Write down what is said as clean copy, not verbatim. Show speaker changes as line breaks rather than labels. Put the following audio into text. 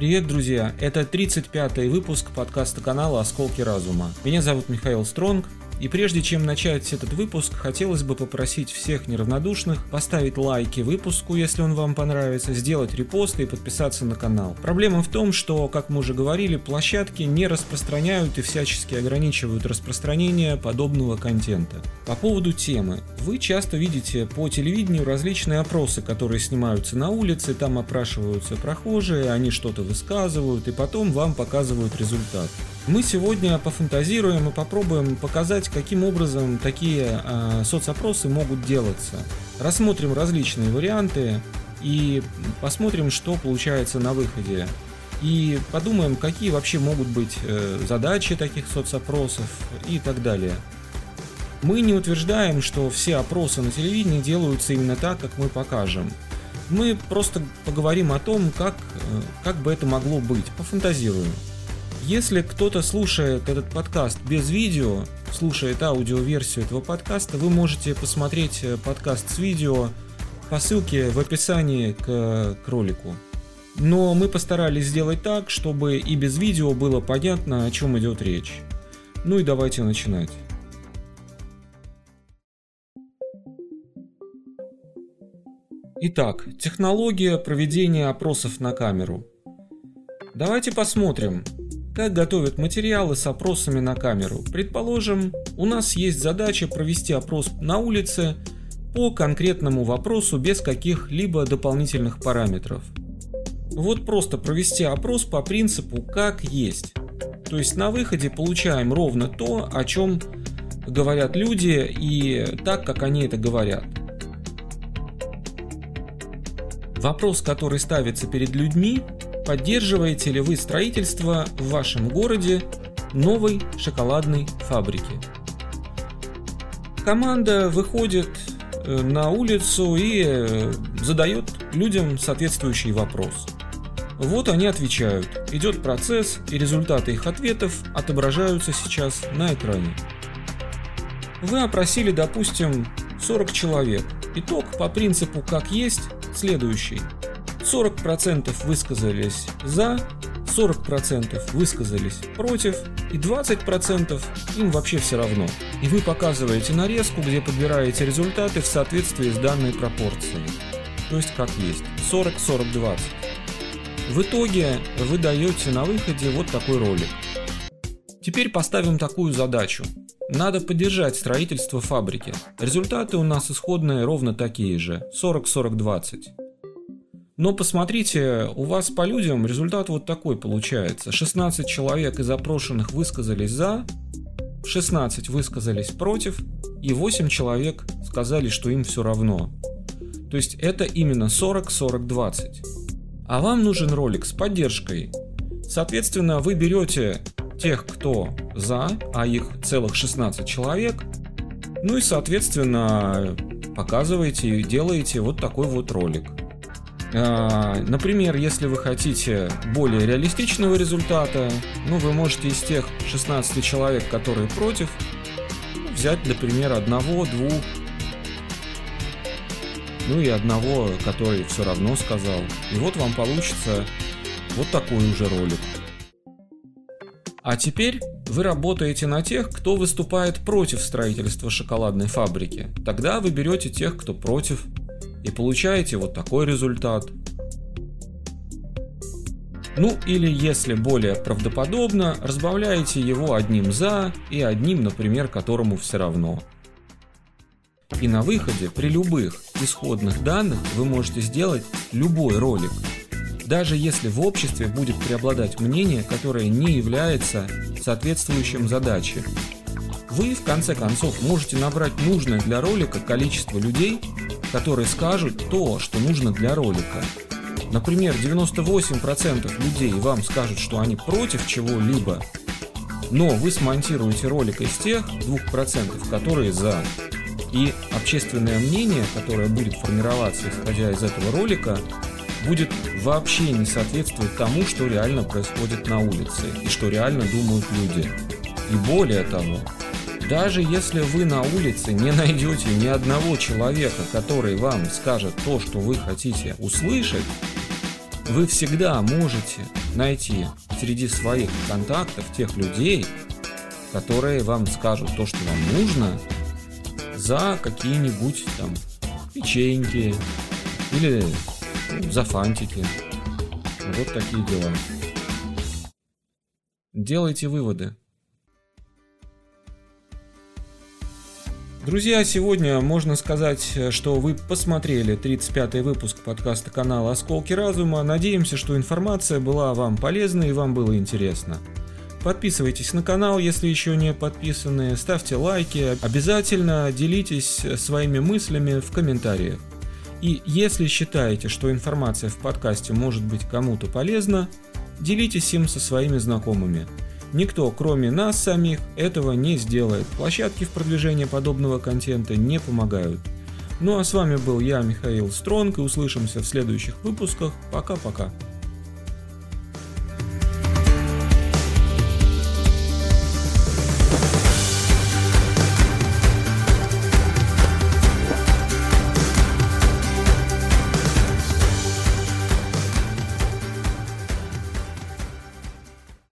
Привет, друзья! Это 35-й выпуск подкаста канала «Осколки разума». Меня зовут Михаил Стронг, и прежде чем начать этот выпуск, хотелось бы попросить всех неравнодушных поставить лайки выпуску, если он вам понравится, сделать репосты и подписаться на канал. Проблема в том, что, как мы уже говорили, площадки не распространяют и всячески ограничивают распространение подобного контента. По поводу темы. Вы часто видите по телевидению различные опросы, которые снимаются на улице, там опрашиваются прохожие, они что-то высказывают, и потом вам показывают результат. Мы сегодня пофантазируем и попробуем показать, каким образом такие соцопросы могут делаться. Рассмотрим различные варианты и посмотрим, что получается на выходе. И подумаем, какие вообще могут быть задачи таких соцопросов и так далее. Мы не утверждаем, что все опросы на телевидении делаются именно так, как мы покажем. Мы просто поговорим о том, как бы это могло быть, пофантазируем. Если кто-то слушает этот подкаст без видео, слушает аудиоверсию этого подкаста, вы можете посмотреть подкаст с видео по ссылке в описании к ролику. Но мы постарались сделать так, чтобы и без видео было понятно, о чем идет речь. Ну и давайте начинать. Итак, технология проведения опросов на камеру. Давайте посмотрим, как готовят материалы с опросами на камеру. Предположим, у нас есть задача провести опрос на улице по конкретному вопросу без каких-либо дополнительных параметров. Вот просто провести опрос по принципу «как есть». То есть на выходе получаем ровно то, о чем говорят люди, и так, как они это говорят. Вопрос, который ставится перед людьми: поддерживаете ли вы строительство в вашем городе новой шоколадной фабрики? Команда выходит на улицу и задает людям соответствующий вопрос. Вот они отвечают. Идет процесс, и результаты их ответов отображаются сейчас на экране. Вы опросили, допустим, 40 человек. Итог по принципу «как есть» следующий. 40% высказались за, 40% высказались против, и 20% им вообще все равно. И вы показываете нарезку, где подбираете результаты в соответствии с данной пропорцией. То есть как есть. 40-40-20. В итоге вы даете на выходе вот такой ролик. Теперь поставим такую задачу. Надо поддержать строительство фабрики. Результаты у нас исходные ровно такие же. 40-40-20. Но посмотрите, у вас по людям результат вот такой получается. 16 человек из опрошенных высказались за, 16 высказались против, и 8 человек сказали, что им все равно. То есть это именно 40-40-20. А вам нужен ролик с поддержкой. Соответственно, вы берете тех, кто за, а их целых 16 человек, ну и, соответственно, показываете и делаете вот такой вот ролик. Например, если вы хотите более реалистичного результата, вы можете из тех 16 человек, которые против, взять, например, одного-двух, и одного, который все равно сказал. И вот вам получится вот такой уже ролик. А теперь вы работаете на тех, кто выступает против строительства шоколадной фабрики. Тогда вы берете тех, кто против, и получаете вот такой результат. Или, если более правдоподобно, разбавляете его одним за и одним, например, которому все равно. И на выходе при любых исходных данных вы можете сделать любой ролик, даже если в обществе будет преобладать мнение, которое не является соответствующим задаче. Вы, в конце концов, можете набрать нужное для ролика количество людей, которые скажут то, что нужно для ролика. Например, 98% людей вам скажут, что они против чего-либо, но вы смонтируете ролик из тех 2%, которые за. И общественное мнение, которое будет формироваться, исходя из этого ролика, будет вообще не соответствовать тому, что реально происходит на улице и что реально думают люди. И более того, даже если вы на улице не найдете ни одного человека, который вам скажет то, что вы хотите услышать, вы всегда можете найти среди своих контактов тех людей, которые вам скажут то, что вам нужно, за какие-нибудь там печеньки или за фантики. Вот такие дела. Делайте выводы. Друзья, сегодня можно сказать, что вы посмотрели 35-й выпуск подкаста канала «Осколки разума». Надеемся, что информация была вам полезна и вам было интересно. Подписывайтесь на канал, если еще не подписаны, ставьте лайки, обязательно делитесь своими мыслями в комментариях. И если считаете, что информация в подкасте может быть кому-то полезна, делитесь им со своими знакомыми. Никто, кроме нас самих, этого не сделает. Площадки в продвижении подобного контента не помогают. Ну а с вами был я, Михаил Стронг, и услышимся в следующих выпусках. Пока-пока.